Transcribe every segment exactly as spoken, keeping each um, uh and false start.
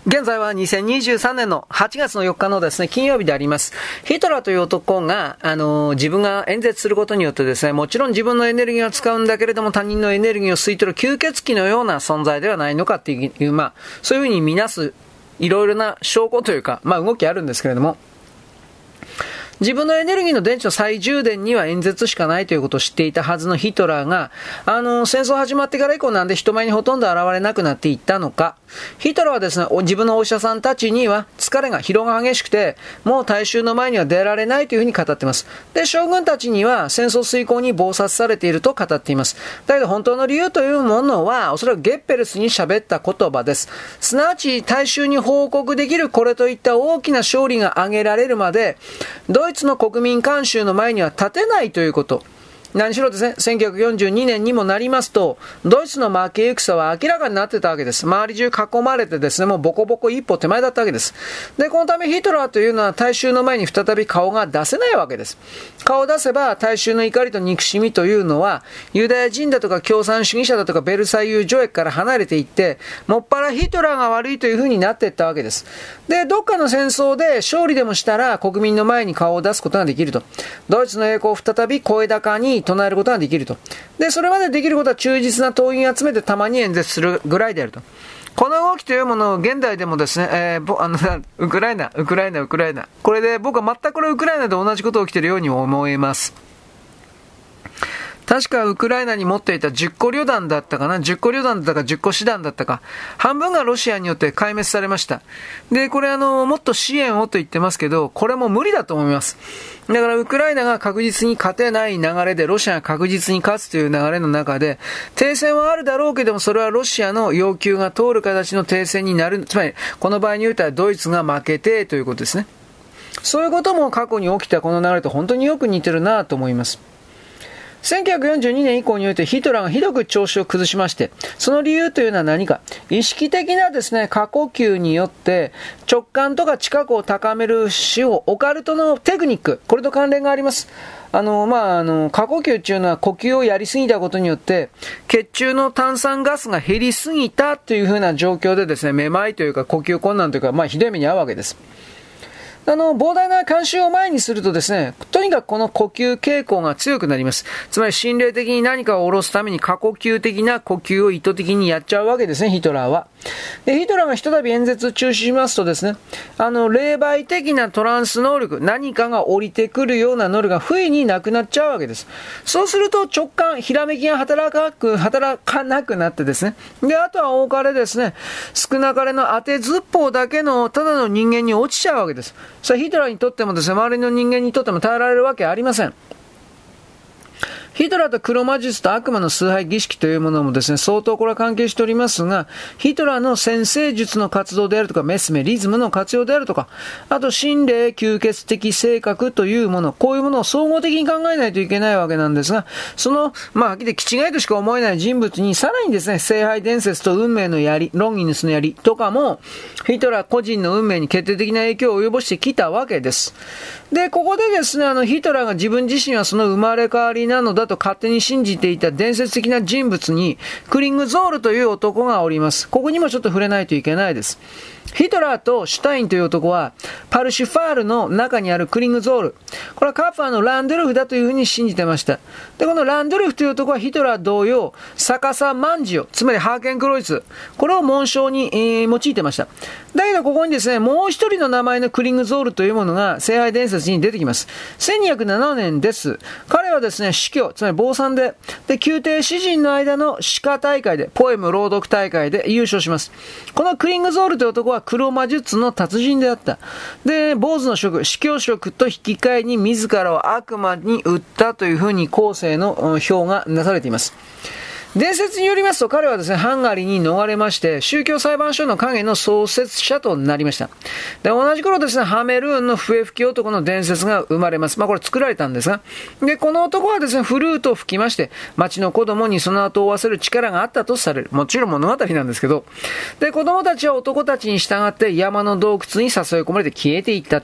現在はにせんにじゅうさんねんのはちがつのよっかのですね、金曜日であります。ヒトラーという男が、あのー、自分が演説することによってですね、もちろん自分のエネルギーを使うんだけれども、他人のエネルギーを吸い取る吸血鬼のような存在ではないのかっていう、まあ、そういうふうに見なす、いろいろな証拠というか、まあ、動きあるんですけれども、自分のエネルギーの電池の再充電には演説しかないということを知っていたはずのヒトラーが、あの、戦争始まってから以降なんで人前にほとんど現れなくなっていったのか。ヒトラーはですね、自分のお医者さんたちには疲れが疲労が激しくて、もう大衆の前には出られないというふうに語っています。で、将軍たちには戦争遂行に忙殺されていると語っています。だけど本当の理由というものは、おそらくゲッペルスに喋った言葉です。すなわち大衆に報告できるこれといった大きな勝利が挙げられるまで、ドイツの国民慣習の前には立てないということ。何しろですね、せんきゅうひゃくよんじゅうにねんにもなりますと、ドイツの負け戦は明らかになってたわけです。周り中囲まれてですね、もうボコボコ一歩手前だったわけです。で、このためヒトラーというのは大衆の前に再び顔が出せないわけです。顔を出せば大衆の怒りと憎しみというのは、ユダヤ人だとか共産主義者だとかベルサイユ条約から離れていって、もっぱらヒトラーが悪いという風になっていったわけです。で、どっかの戦争で勝利でもしたら国民の前に顔を出すことができると。ドイツの栄光を再び声高に唱えることができると。で、それまでできることは忠実な党員を集めてたまに演説するぐらいであると。この動きというものを現代でもですね、えー、あの、ウクライナ、ウクライナ、ウクライナ。これで僕は全くこれウクライナで同じことが起きているように思えます。確かウクライナに持っていたじゅっこ旅団だったかな、じゅっこ旅団だったかじゅっこ師団だったか、半分がロシアによって壊滅されました。で、これあの、もっと支援をと言ってますけど、これも無理だと思います。だからウクライナが確実に勝てない流れで、ロシアが確実に勝つという流れの中で、停戦はあるだろうけども、それはロシアの要求が通る形の停戦になる。つまり、この場合においてはドイツが負けてということですね。そういうことも過去に起きたこの流れと本当によく似てるなと思います。せんきゅうひゃくよんじゅうにねん以降においてヒトラーがひどく調子を崩しまして、その理由というのは何か、意識的なですね、過呼吸によって直感とか知覚を高める手法、オカルトのテクニック、これと関連があります。あの、まあ、あの、過呼吸というのは呼吸をやりすぎたことによって、血中の炭酸ガスが減りすぎたというふうな状況でですね、めまいというか呼吸困難というか、まあ、ひどい目に遭うわけです。あの、膨大な慣習を前にするとですね、とにかくこの呼吸傾向が強くなります。つまり心霊的に何かを下ろすために過呼吸的な呼吸を意図的にやっちゃうわけですね、ヒトラーは。で、ヒトラーがひとたび演説中止しますとですね、あの、霊媒的なトランス能力、何かが降りてくるような能力が不意になくなっちゃうわけです。そうすると直感、ひらめきが働かなく、働かなくなってですね、で、あとは多かれですね、少なかれの当てずっぽうだけのただの人間に落ちちゃうわけです。それヒトラーにとってもですね、周りの人間にとっても耐えられるわけありません。ヒトラーと黒魔術と悪魔の崇拝儀式というものもですね、相当これは関係しておりますが、ヒトラーの先生術の活動であるとか、メスメリズムの活用であるとか、あと心霊吸血的性格というもの、こういうものを総合的に考えないといけないわけなんですが、その、まあ、はっきり気違いとしか思えない人物に、さらにですね、聖杯伝説と運命の槍、ロンギヌスの槍とかも、ヒトラー個人の運命に決定的な影響を及ぼしてきたわけです。で、ここでですね、あの、ヒトラーが自分自身はその生まれ変わりなのだと勝手に信じていた伝説的な人物に、クリングゾールという男がおります。ここにもちょっと触れないといけないです。ヒトラーとシュタインという男は、パルシュファールの中にあるクリングゾール。これはカッファーのランドルフだというふうに信じてました。で、このランドルフという男はヒトラー同様、逆さマンジオ、つまりハーケンクロイツ。これを紋章に、えー、用いてました。だけどここにですね、もう一人の名前のクリングゾールというものが聖杯伝説に出てきます。せんにひゃくななねんです。彼はですね、死去、つまり坊さんで、で、宮廷詩人の間の詩歌大会で、ポエム朗読大会で優勝します。このクリングゾールという男は黒魔術の達人であった。で、坊主の職、司教職と引き換えに自らを悪魔に売ったというふうに後世の評がなされています。伝説によりますと彼はですね、ハンガリーに逃れまして、宗教裁判所の影の創設者となりました。で、同じ頃ですね、ハメルーンの笛吹き男の伝説が生まれます。まあこれ作られたんですが、で、この男はですね、フルートを吹きまして、町の子供にその後を追わせる力があったとされる。もちろん物語なんですけど、で、子供たちは男たちに従って山の洞窟に誘い込まれて消えていったという。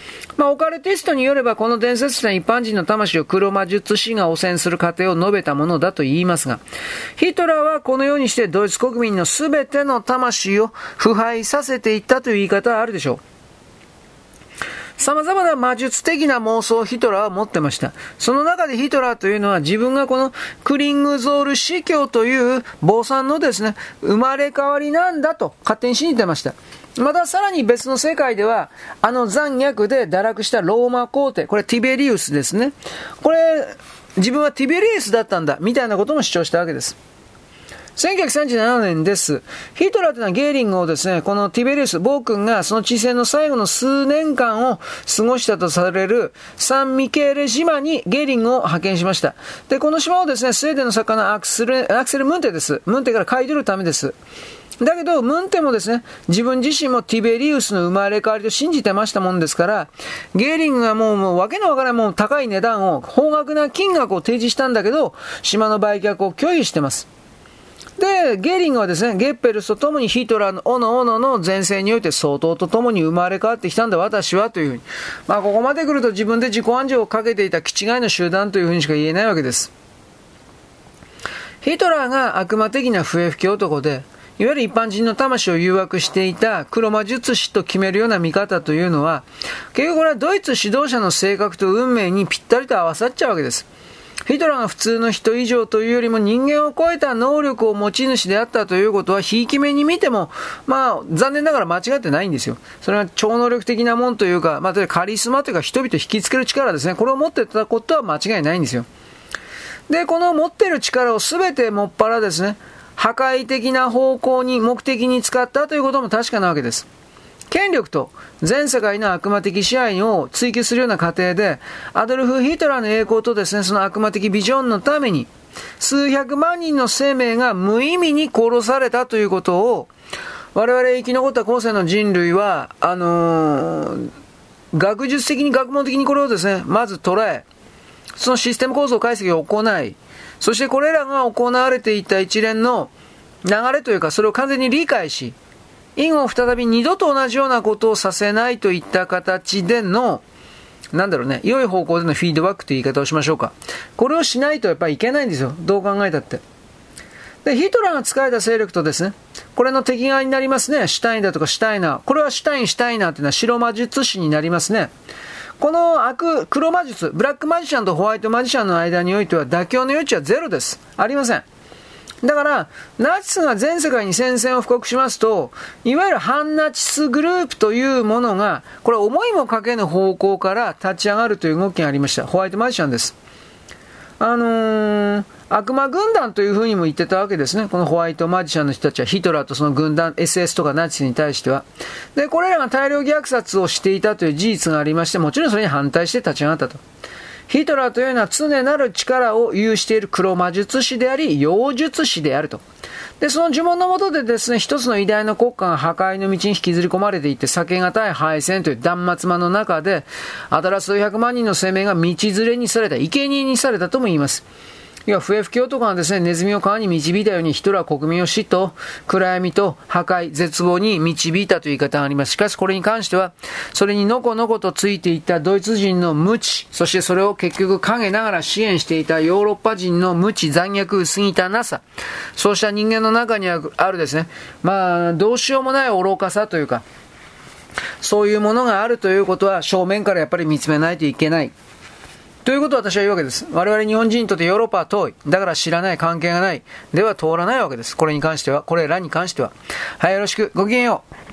まあ、オカルティストによれば、この伝説的な一般人の魂を黒魔術師が汚染する過程を述べたものだと言いますが、ヒトラーはこのようにしてドイツ国民のすべての魂を腐敗させていったという言い方はあるでしょう。様々な魔術的な妄想をヒトラーは持ってました。その中でヒトラーというのは自分がこのクリングゾール司教という坊さんのですね、生まれ変わりなんだと勝手に信じてました。またさらに別の世界では、あの残虐で堕落したローマ皇帝、これティベリウスですね。これ、自分はティベリウスだったんだ、みたいなことも主張したわけです。せんきゅうひゃくさんじゅうななねんです。ヒトラーというのはゲーリングをですね、このティベリウス、暴君がその治世の最後の数年間を過ごしたとされるサンミケーレ島にゲーリングを派遣しました。で、この島をですね、スウェーデンの作家のアクセル、アクセル・ムンテです。ムンテから買い取るためです。だけど、ムンテもですね、自分自身もティベリウスの生まれ変わりと信じてましたもんですから、ゲーリングがもう、もうわけのわからないもう高い値段を、高額な金額を提示したんだけど、島の売却を拒否してます。で、ゲーリングはですね、ゲッペルスと共にヒトラーのおのおのの前世において相当と共に生まれ変わってきたんだ、私は、というふうに。まあ、ここまで来ると自分で自己暗示をかけていた気違いの集団というふうにしか言えないわけです。ヒトラーが悪魔的な笛吹き男で、いわゆる一般人の魂を誘惑していた黒魔術師と決めるような見方というのは、結局これはドイツ指導者の性格と運命にぴったりと合わさっちゃうわけです。ヒトラーが普通の人以上というよりも人間を超えた能力を持ち主であったということは、ひいき目に見ても、まあ、残念ながら間違ってないんですよ。それは超能力的なもんというか、まあ、例えばカリスマというか人々を引きつける力ですね。これを持っていたことは間違いないんですよ。で、この持っている力をすべてもっぱらですね、破壊的な方向に目的に使ったということも確かなわけです。権力と全世界の悪魔的支配を追求するような過程で、アドルフ・ヒトラーの栄光とですね、その悪魔的ビジョンのために、数百万人の生命が無意味に殺されたということを、我々生き残った後世の人類は、あのー、学術的に学問的にこれをですね、まず捉え、そのシステム構造解析を行い、そしてこれらが行われていた一連の流れというか、それを完全に理解し、以後再び二度と同じようなことをさせないといった形での、なんだろうね、良い方向でのフィードバックという言い方をしましょうか。これをしないとやっぱりいけないんですよ。どう考えたって。で、ヒトラーが使えた勢力とですね、これの敵側になりますね。シュタインだとかシュタイナー。これはシュタイン、シュタイナーというのは白魔術師になりますね。この悪、黒魔術、ブラックマジシャンとホワイトマジシャンの間においては妥協の余地はゼロです。ありません。だから、ナチスが全世界に宣戦を布告しますと、いわゆる反ナチスグループというものが、これ思いもかけぬ方向から立ち上がるという動きがありました。ホワイトマジシャンです。あのー、悪魔軍団というふうにも言ってたわけですね。このホワイトマジシャンの人たちはヒトラーとその軍団、エスエス とかナチスに対しては。で、これらが大量虐殺をしていたという事実がありまして、もちろんそれに反対して立ち上がったと。ヒトラーというのは常なる力を有している黒魔術師であり、妖術師であると。で、その呪文の下でですね、一つの偉大な国家が破壊の道に引きずり込まれていって、避けがたい敗戦という断末魔の中で、新たな数百万人の生命が道連れにされた、生贄にされたとも言います。いや、笛吹き男がですね、ネズミを川に導いたように、ヒトラーは国民を死と暗闇と破壊、絶望に導いたという言い方があります。しかしこれに関しては、それにのこのことついていたドイツ人の無知、そしてそれを結局陰ながら支援していたヨーロッパ人の無知、残虐、薄汚なさ、そうした人間の中にあるですね、まあ、どうしようもない愚かさというか、そういうものがあるということは正面からやっぱり見つめないといけない。ということを私は言うわけです。我々日本人にとってヨーロッパは遠い。だから知らない、関係がない。では通らないわけです。これに関しては、これらに関しては。はい、よろしく。ごきげんよう。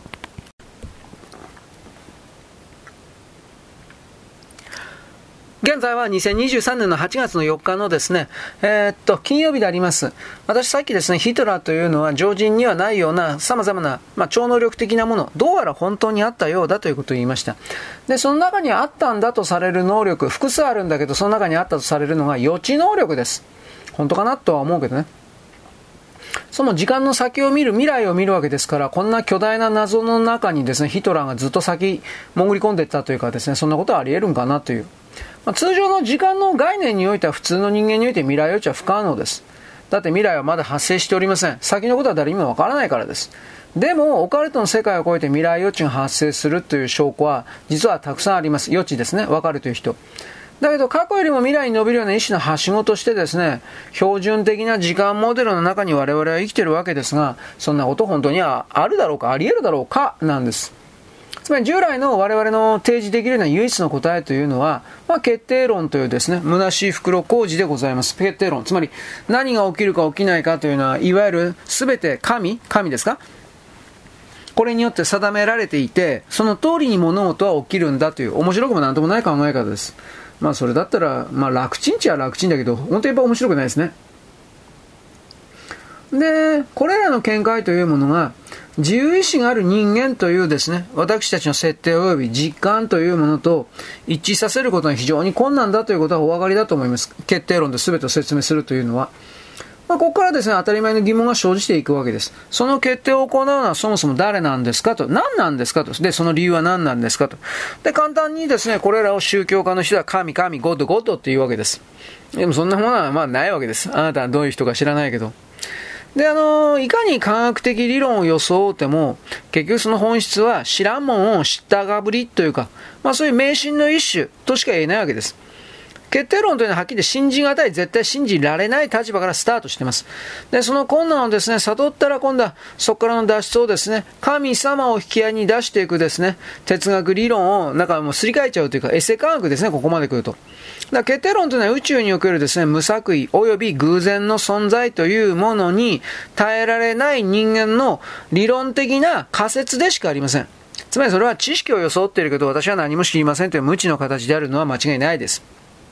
現在はにせんにじゅうさんねんのはちがつのよっかのですね、えー、っと、金曜日であります。私さっきですね、ヒトラーというのは常人にはないような様々な、まあ、超能力的なもの、どうやら本当にあったようだということを言いました。で、その中にあったんだとされる能力、複数あるんだけど、その中にあったとされるのが予知能力です。本当かなとは思うけどね。その時間の先を見る、未来を見るわけですから、こんな巨大な謎の中にですね、ヒトラーがずっと先潜り込んでいったというかですね、そんなことはあり得るんかなという。まあ、通常の時間の概念においては普通の人間において未来予知は不可能です。 だって未来はまだ発生しておりません。先のことは誰にもわからないからです。でもオカルトの世界を超えて未来予知が発生するという証拠は実はたくさんあります。予知ですね、わかるという人。だけど過去よりも未来に伸びるような一種のはしごとしてですね、標準的な時間モデルの中に我々は生きているわけですが、そんなこと本当にはあるだろうか、あり得るだろうかなんです。つまり従来の我々の提示できるような唯一の答えというのは、まあ、決定論というですね、虚しい袋小路でございます。決定論。つまり何が起きるか起きないかというのは、いわゆる全て神神ですか、これによって定められていて、その通りに物事は起きるんだという面白くもなんともない考え方です。まあそれだったら、まあ楽ちんっちゃ楽ちんだけど、本当にやっぱ面白くないですね。で、これらの見解というものが、自由意志がある人間というですね、私たちの設定及び実感というものと一致させることが非常に困難だということはお分かりだと思います。決定論で全てを説明するというのは。まあ、ここからですね、当たり前の疑問が生じていくわけです。その決定を行うのはそもそも誰なんですかと。何なんですかと。で、その理由は何なんですかと。で、簡単にですね、これらを宗教家の人は神、神、ゴッド、ゴッドっていうわけです。でもそんなものはまあないわけです。あなたはどういう人か知らないけど。で、あのー、いかに科学的理論を装っても、結局その本質は知らんもんを知ったがぶりというか、まあそういう迷信の一種としか言えないわけです。決定論というのははっきり信じがたい、絶対信じられない立場からスタートしています。で、その困難をですね、悟ったら今度はそこからの脱出をですね、神様を引き合いに出していくですね、哲学理論をなんかもうすり替えちゃうというか、エセ科学ですね、ここまで来ると。だから決定論というのは宇宙におけるですね、無作為及び偶然の存在というものに耐えられない人間の理論的な仮説でしかありません。つまりそれは知識を装っているけど私は何も知りませんという無知の形であるのは間違いないです。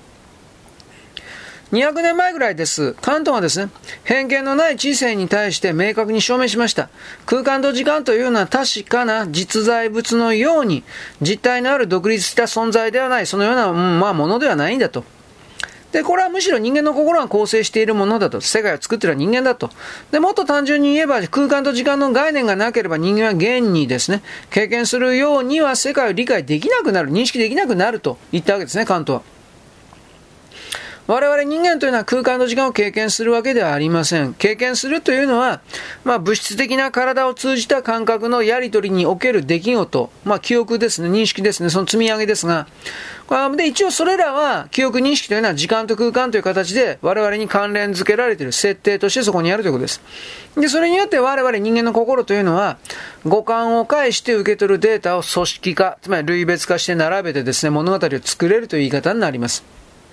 にひゃくねんまえぐらいです。カントがですね、偏見のない知性に対して明確に証明しました。空間と時間というのは確かな実在物のように、実体のある独立した存在ではない、そのような、まあ、ものではないんだと。で、これはむしろ人間の心が構成しているものだと。世界を作っている人間だと。で、もっと単純に言えば、空間と時間の概念がなければ人間は現にですね、経験するようには世界を理解できなくなる、認識できなくなると言ったわけですね、カントは。我々人間というのは空間と時間を経験するわけではありません。経験するというのは、まあ、物質的な体を通じた感覚のやり取りにおける出来事、まあ、記憶ですね、認識ですね、その積み上げですが、で一応それらは記憶認識というのは時間と空間という形で我々に関連付けられている設定としてそこにあるということです。で、それによって我々人間の心というのは五感を介して受け取るデータを組織化、つまり類別化して並べてですね、物語を作れるという言い方になります。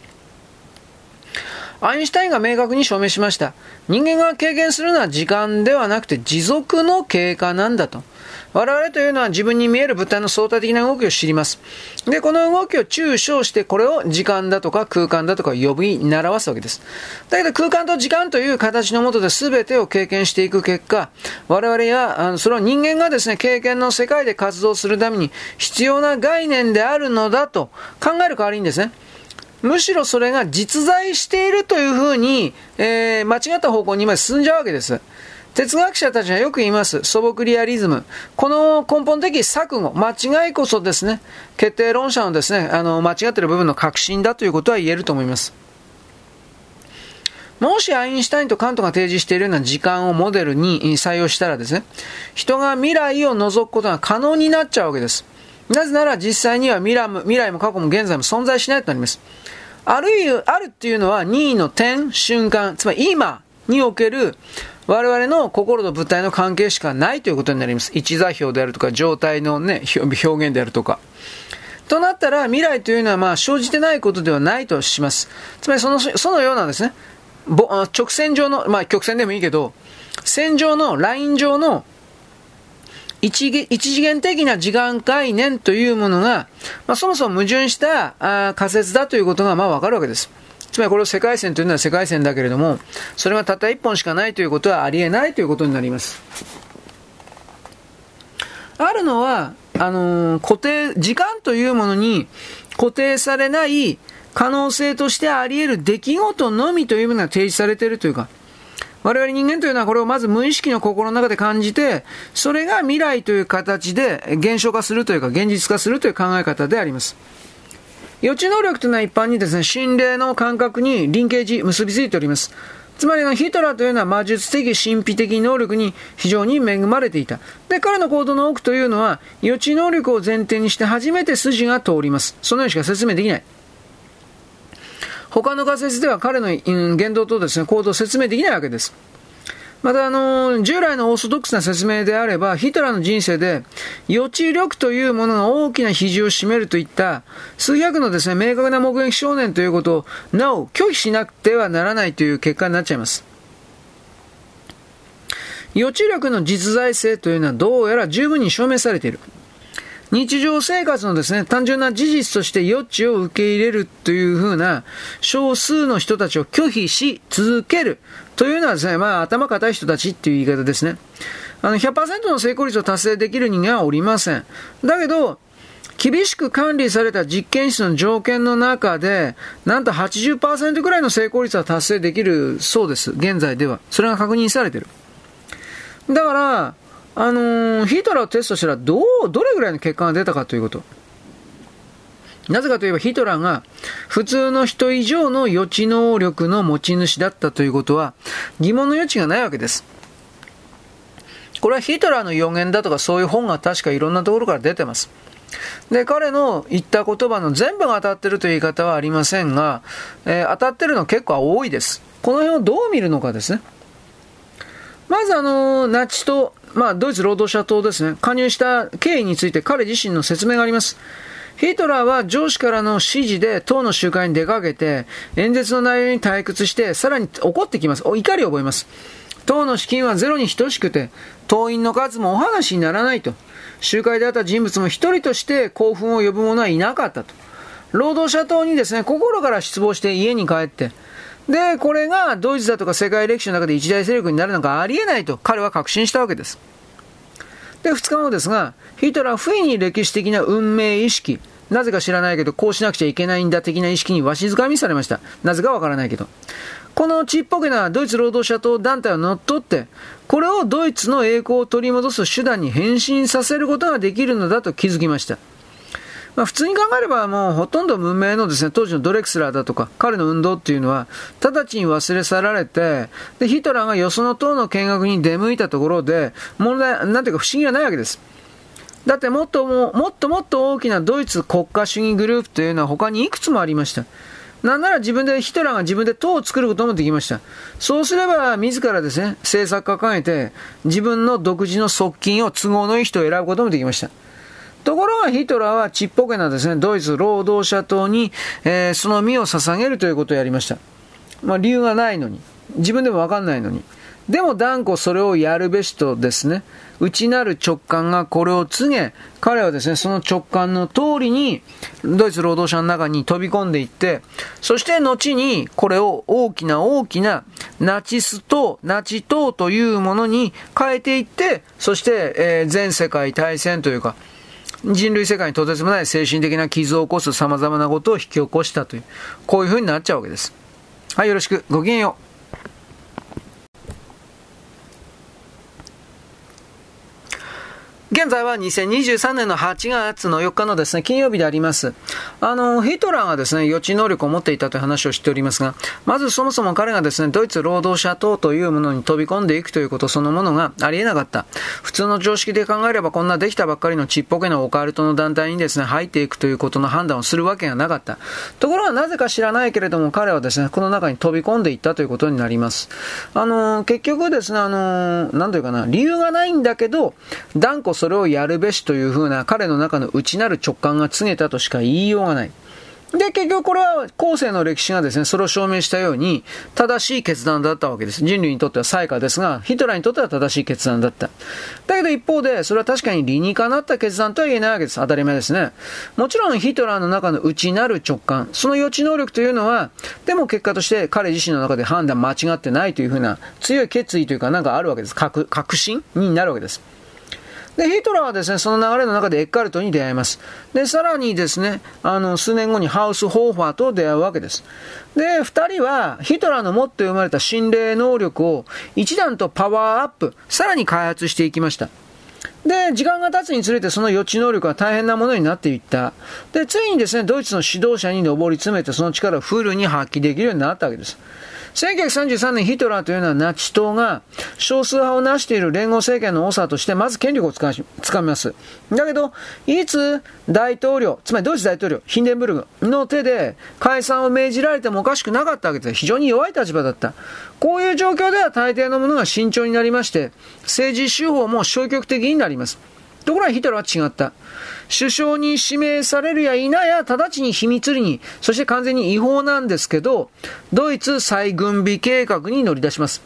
アインシュタインが明確に証明しました。人間が経験するのは時間ではなくて持続の経過なんだと。我々というのは自分に見える物体の相対的な動きを知ります。で、この動きを抽象してこれを時間だとか空間だとか呼び習わすわけです。だけど空間と時間という形の下で全てを経験していく結果、我々や、それは人間がですね、経験の世界で活動するために必要な概念であるのだと考える代わりにですね、むしろそれが実在しているというふうに、えー、間違った方向に今進んじゃうわけです。哲学者たちはよく言います。素朴リアリズム。この根本的錯誤、間違いこそですね、決定論者のですね、あの、間違っている部分の確信だということは言えると思います。もしアインシュタインとカントが提示しているような時間をモデルに採用したらですね、人が未来を覗くことが可能になっちゃうわけです。なぜなら実際には未来も、未来も過去も現在も存在しないとなります。あるいは、あるっていうのは任意の点、瞬間、つまり今における我々の心と物体の関係しかないということになります。一座標であるとか、状態のね、表現であるとか。となったら、未来というのはまあ生じてないことではないとします。つまりその、そのようなですね、直線上の、まあ曲線でもいいけど、線上の、ライン上の、一, 一次元的な時間概念というものが、まあ、そもそも矛盾したあ仮説だということがまあわかるわけです。つまりこれを世界線というのは世界線だけれども、それがたった一本しかないということはありえないということになります。あるのは、あのー、固定、時間というものに固定されない可能性としてあり得る出来事のみというものが提示されているというか、我々人間というのはこれをまず無意識の心の中で感じて、それが未来という形で現象化するというか現実化するという考え方であります。予知能力というのは一般にですね、心霊の感覚にリンケージ、結びついております。 つまりのヒトラーというのは魔術的神秘的能力に非常に恵まれていた。で、彼の行動の多くというのは予知能力を前提にして初めて筋が通ります。そのようにしか説明できない。他の仮説では彼の言動とですね、行動を説明できないわけです。また、あの、従来のオーソドックスな説明であれば、ヒトラーの人生で予知力というものが大きな比重を占めるといった数百のですね、明確な目撃少年ということをなお拒否しなくてはならないという結果になっちゃいます。予知力の実在性というのはどうやら十分に証明されている。日常生活のですね、単純な事実として予知を受け入れるというふうな少数の人たちを拒否し続けるというのはですね、まあ頭固い人たちっていう言い方ですね。あの ひゃくパーセント の成功率を達成できる人間はおりません。だけど、厳しく管理された実験室の条件の中で、なんと はちじゅっパーセント くらいの成功率は達成できるそうです。現在では。それが確認されている。だから、あのー、ヒトラーをテストしたらどう、どれぐらいの結果が出たかということ。なぜかといえばヒトラーが普通の人以上の予知能力の持ち主だったということは疑問の余地がないわけです。これはヒトラーの予言だとかそういう本が確かいろんなところから出てます。で、彼の言った言葉の全部が当たってるという言い方はありませんが、えー、当たってるの結構多いです。この辺をどう見るのかですね。まずあのー、ナチ党、まあドイツ労働者党ですね、加入した経緯について彼自身の説明があります。ヒトラーは上司からの指示で党の集会に出かけて演説の内容に退屈してさらに怒ってきます。怒りを覚えます。党の資金はゼロに等しくて党員の数もお話にならないと。集会であった人物も一人として興奮を呼ぶ者はいなかったと。労働者党にですね、心から失望して家に帰ってで、これがドイツだとか世界歴史の中で一大勢力になるなんかありえないと彼は確信したわけです。で、ふつかごですが、ヒトラーは不意に歴史的な運命意識、なぜか知らないけどこうしなくちゃいけないんだ的な意識にわしづかみされました。なぜかわからないけど。このちっぽけなドイツ労働者党団体を乗っ取って、これをドイツの栄光を取り戻す手段に変身させることができるのだと気づきました。まあ、普通に考えればもうほとんど無名のですね、当時のドレクスラーだとか彼の運動っていうのは直ちに忘れ去られて、でヒトラーがよその党の見学に出向いたところで問題、なんていうか不思議はないわけです。だってもっとももっともっと大きなドイツ国家主義グループというのは他にいくつもありました。なんなら自分でヒトラーが自分で党を作ることもできました。そうすれば自らですね、政策家を掲げて自分の独自の側近を都合のいい人を選ぶこともできました。ところがヒトラーはちっぽけなですね、ドイツ労働者党に、えー、その身を捧げるということをやりました。まあ理由がないのに、自分でもわかんないのに。でも断固それをやるべしとですね、内なる直感がこれを告げ、彼はですね、その直感の通りにドイツ労働者の中に飛び込んでいって、そして後にこれを大きな大きなナチス党、ナチ党というものに変えていって、そして、えー、全世界大戦というか、人類世界にとてつもない精神的な傷を起こす様々なことを引き起こしたという、こういう風になっちゃうわけです。はい、よろしく。ごきげんよう。現在はにせんにじゅうさんねんのはちがつのよっかのですね、金曜日であります。あの、ヒトラーがですね、予知能力を持っていたという話をしておりますが、まずそもそも彼がですね、ドイツ労働者党というものに飛び込んでいくということそのものがありえなかった。普通の常識で考えればこんなできたばっかりのちっぽけなオカルトの団体にですね、入っていくということの判断をするわけがなかった。ところがなぜか知らないけれども彼はですね、この中に飛び込んでいったということになります。あの、結局ですね、あの、なんというかな、理由がないんだけど、断固それをやるべしというふうな彼の中の内なる直感が告げたとしか言いようがない。で、結局これは後世の歴史がですね、それを証明したように正しい決断だったわけです。人類にとっては最下ですが、ヒトラーにとっては正しい決断だった。だけど一方で、それは確かに理にかなった決断とは言えないわけです。当たり前ですね。もちろんヒトラーの中の内なる直感、その予知能力というのは、でも結果として彼自身の中で判断間違ってないというふうな強い決意というかなんかあるわけです。確、確信になるわけです。で、ヒトラーはですね、その流れの中でエッカルトに出会います。で、さらにですね、あの、数年後にハウス・ホーファーと出会うわけです。で、二人はヒトラーの持って生まれた心霊能力を一段とパワーアップ、さらに開発していきました。で、時間が経つにつれてその予知能力は大変なものになっていった。で、ついにですね、ドイツの指導者に上り詰めてその力をフルに発揮できるようになったわけです。 せんきゅうひゃくさんじゅうさんねんヒトラーというのはナチ党が少数派を成している連合政権の長としてまず権力をつかみます。だけど、いつ大統領、つまりドイツ大統領、ヒンデンブルグの手で解散を命じられてもおかしくなかったわけです。非常に弱い立場だった。こういう状況では大抵のものが慎重になりまして、政治手法も消極的になります。ところがヒトラーは違った。首相に指名されるや否や直ちに秘密裏に、そして完全に違法なんですけど、ドイツ再軍備計画に乗り出します。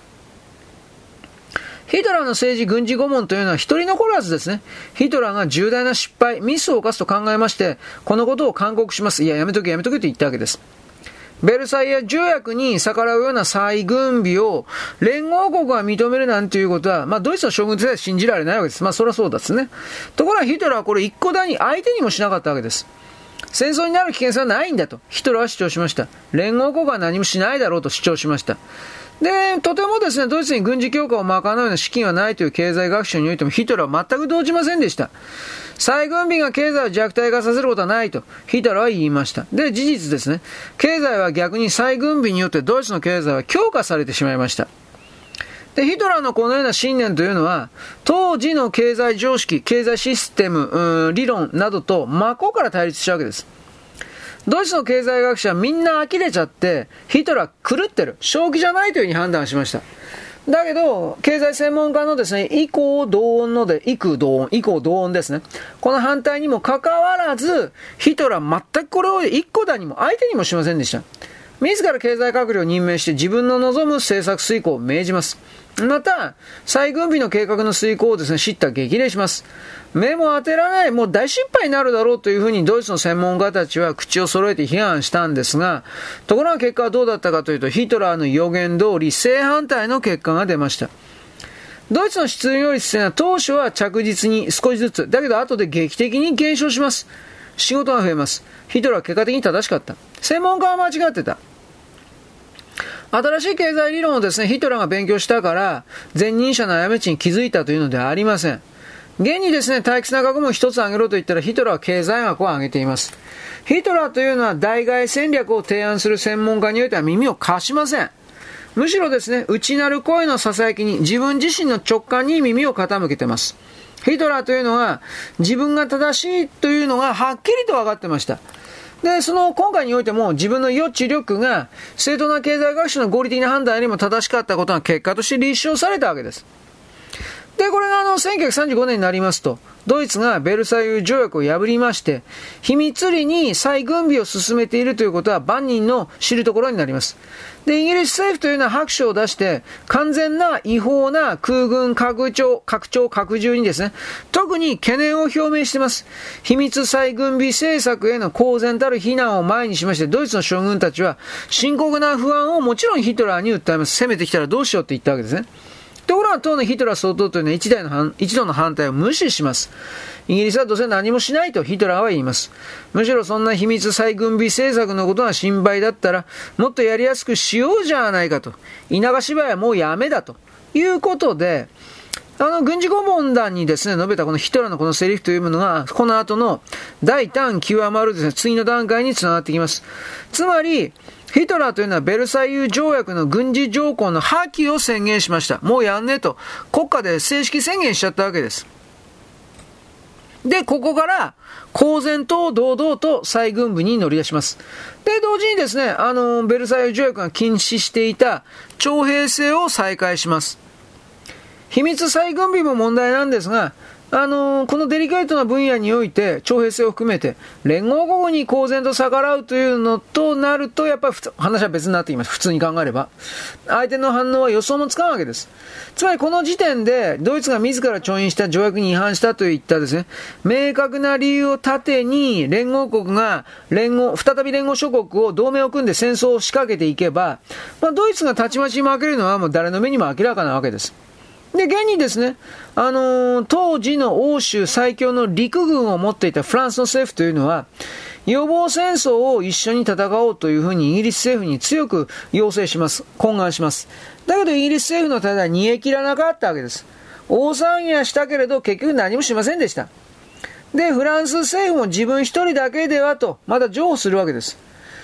ヒトラーの政治軍事拷問というのは一人残らずですね、ヒトラーが重大な失敗、ミスを犯すと考えまして、このことを勧告します。いや、やめとけやめとけと言ったわけです。ベルサイユ条約に逆らうような再軍備を連合国が認めるなんていうことは、まあドイツの将軍としては信じられないわけです。まあそりゃそうですね。ところがヒトラーはこれ一個だに相手にもしなかったわけです。戦争になる危険性はないんだとヒトラーは主張しました。連合国は何もしないだろうと主張しました。で、とてもですね、ドイツに軍事強化を賄うような資金はないという経済学者においてもヒトラーは全く動じませんでした。再軍備が経済を弱体化させることはないとヒトラーは言いました。で、事実ですね。経済は逆に再軍備によってドイツの経済は強化されてしまいました。で、ヒトラーのこのような信念というのは、当時の経済常識、経済システム、理論などと真っ向から対立したわけです。ドイツの経済学者はみんな呆れちゃって、ヒトラー狂ってる。正気じゃないというふうに判断しました。だけど、経済専門家のですね、異口同音ので、異口同音、異口同音ですね。この反対にもかかわらず、ヒトラー全くこれを一個だにも相手にもしませんでした。自ら経済閣僚を任命して自分の望む政策遂行を命じます。また、再軍備の計画の遂行をですね、叱咤激励します。目も当てられない、もう大失敗になるだろうというふうにドイツの専門家たちは口を揃えて批判したんですが、ところが結果はどうだったかというと、ヒトラーの予言通り正反対の結果が出ました。ドイツの失業率というのは当初は着実に少しずつ、だけど後で劇的に減少します。仕事が増えます。ヒトラーは結果的に正しかった。専門家は間違ってた。新しい経済理論をですね、ヒトラーが勉強したから、前任者の過ちに気づいたというのではありません。現にですね、退屈な学問を一つ挙げろと言ったらヒトラーは経済学を挙げています。ヒトラーというのは代替戦略を提案する専門家においては耳を貸しません。むしろですね、内なる声の囁きに自分自身の直感に耳を傾けています。ヒトラーというのは自分が正しいというのがはっきりと分かってました。で、その今回においても自分の予知力が正当な経済学者の合理的な判断よりも正しかったことが結果として立証されたわけです。で、これがあのせんきゅうひゃくさんじゅうごねんになりますと、ドイツがベルサイユ条約を破りまして、秘密裏に再軍備を進めているということは万人の知るところになります。で、イギリス政府というのは拍手を出して、完全な違法な空軍拡張、拡張、拡充にですね、特に懸念を表明しています。秘密再軍備政策への公然たる非難を前にしまして、ドイツの将軍たちは深刻な不安をもちろんヒトラーに訴えます。攻めてきたらどうしようって言ったわけですね。ところが当のヒトラー総統というのは一台の反一度の反対を無視します。イギリスはどうせ何もしないとヒトラーは言います。むしろそんな秘密再軍備政策のことが心配だったらもっとやりやすくしようじゃないかと。田舎芝居はもうやめだということで、あの軍事顧問団にですね述べたこのヒトラーのこのセリフというものがこの後の大胆極まるですね次の段階につながってきます。つまりヒトラーというのはベルサイユ条約の軍事条項の破棄を宣言しました。もうやんねえと国家で正式宣言しちゃったわけです。で、ここから公然と堂々と再軍備に乗り出します。で、同時にですね、あのベルサイユ条約が禁止していた徴兵制を再開します。秘密再軍備も問題なんですが、あのー、このデリケートな分野において徴兵制を含めて連合国に公然と逆らうというのとなるとやっぱり話は別になってきます。普通に考えれば相手の反応は予想もつかんわけです。つまりこの時点でドイツが自ら調印した条約に違反したといったですね明確な理由を盾に連合国が連合再び連合諸国を同盟を組んで戦争を仕掛けていけば、まあ、ドイツがたちまち負けるのはもう誰の目にも明らかなわけです。で、現にですね、あのー、当時の欧州最強の陸軍を持っていたフランスの政府というのは、予防戦争を一緒に戦おうというふうにイギリス政府に強く要請します。懇願します。だけどイギリス政府の態度は煮え切らなかったわけです。大騒ぎはしたけれど結局何もしませんでした。で、フランス政府も自分一人だけではと、まだ譲歩するわけです。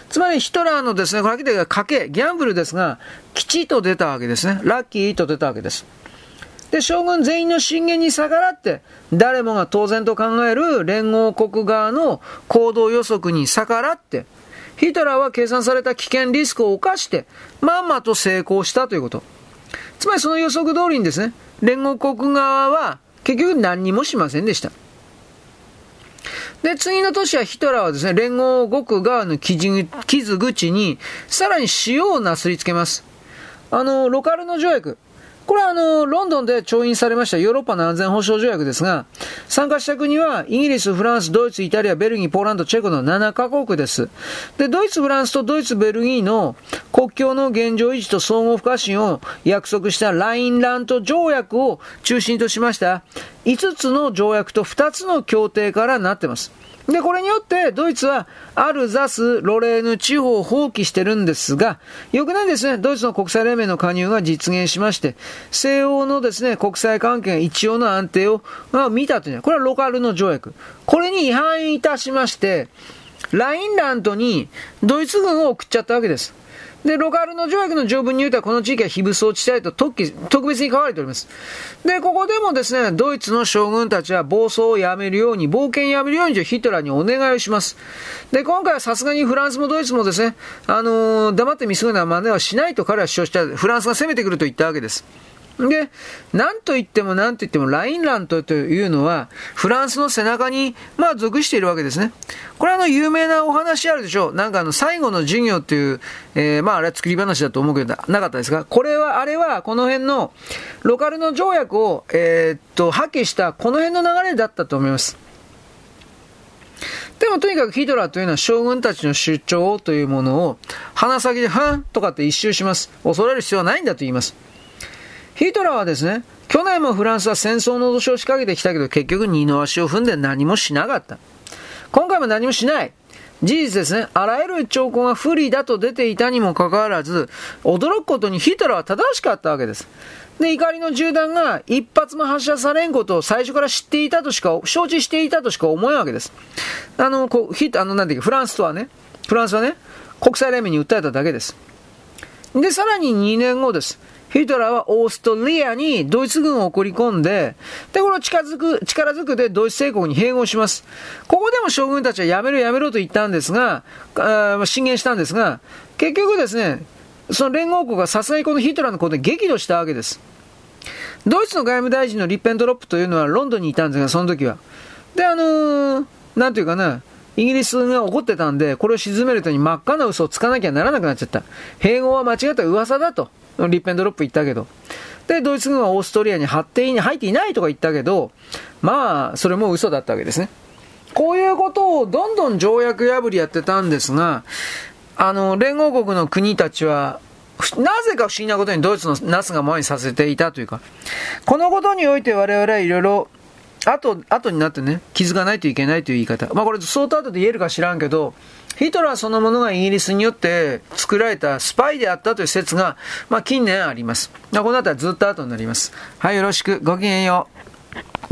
つまりヒトラーのですね、これは賭け、ギャンブルですが、きちっと出たわけですね。ラッキーと出たわけです。で、将軍全員の進言に逆らって、誰もが当然と考える連合国側の行動予測に逆らって、ヒトラーは計算された危険リスクを冒して、まんまと成功したということ。つまりその予測通りにですね、連合国側は結局何にもしませんでした。で、次の年はヒトラーはですね、連合国側の傷口にさらに塩をなすりつけます。あの、ロカルノ条約。これはあの、ロンドンで調印されましたヨーロッパの安全保障条約ですが、参加した国はイギリス、フランス、ドイツ、イタリア、ベルギー、ポーランド、チェコのななカ国です。で、ドイツ、フランスとドイツ、ベルギーの国境の現状維持と相互不可侵を約束したラインラント条約を中心としましたいつつの条約とふたつの協定からなっています。で、これによって、ドイツは、アルザス、ロレーヌ地方を放棄してるんですが、翌年ですね、ドイツの国際連盟の加入が実現しまして、西欧のですね、国際関係が一応の安定を、まあ、見たというのは、これはロカルの条約。これに違反いたしまして、ラインラントにドイツ軍を送っちゃったわけです。で、ロカルの条約の条文においてはこの地域は非武装地帯と特特別に書かれております。で、ここでもですね、ドイツの将軍たちは暴走をやめるように、冒険をやめるようにヒトラーにお願いをします。で、今回はさすがにフランスもドイツもですね、あのー、黙って見過ごすような真似はしないと彼は主張した。フランスが攻めてくると言ったわけです。で、なんと言ってもなんと言ってもラインラントというのはフランスの背中にまあ属しているわけですね。これはあの有名なお話あるでしょう。なんかあの最後の授業という、えー、まああれは作り話だと思うけどなかったですが、これはあれはこの辺のロカルの条約をえー、っと破棄したこの辺の流れだったと思います。でもとにかくヒトラーというのは将軍たちの主張というものを鼻先ではんとかって一周します。恐れる必要はないんだと言います。ヒトラーはですね、去年もフランスは戦争の脅しを仕掛けてきたけど結局二の足を踏んで何もしなかった。今回も何もしない。事実ですね、あらゆる兆候が不利だと出ていたにもかかわらず、驚くことにヒトラーは正しかったわけです。で、怒りの銃弾が一発も発射されんことを最初から知っていたとしか、承知していたとしか思えんわけです。あの、こう、ヒあの、なんていうか、フランスとはね、フランスはね、国際連盟に訴えただけです。で、さらににねんごです。ヒトラーはオーストリアにドイツ軍を送り込んで、で、この近づく、力ずくでドイツ帝国に併合します。ここでも将軍たちはやめろやめろと言ったんですが、あ進言したんですが、結局ですね、その連合国がさすがにこのヒトラーのことで激怒したわけです。ドイツの外務大臣のリッペントロップというのはロンドンにいたんですが、その時は。で、あのー、なんていうかな、イギリスが怒ってたんで、これを鎮めるために真っ赤な嘘をつかなきゃならなくなっちゃった。併合は間違った噂だと。リッペンドロップ言ったけど。で、ドイツ軍はオーストリアに入っていないとか言ったけど、まあ、それも嘘だったわけですね。こういうことをどんどん条約破りやってたんですが、あの、連合国の国たちは、なぜか不思議なことにドイツのナスが前にさせていたというか、このことにおいて我々はいろいろ、後、後になってね、気づかないといけないという言い方。まあこれ相当後で言えるか知らんけど、ヒトラーそのものがイギリスによって作られたスパイであったという説が、まあ近年あります。この後はずっと後になります。はい、よろしく。ごきげんよう。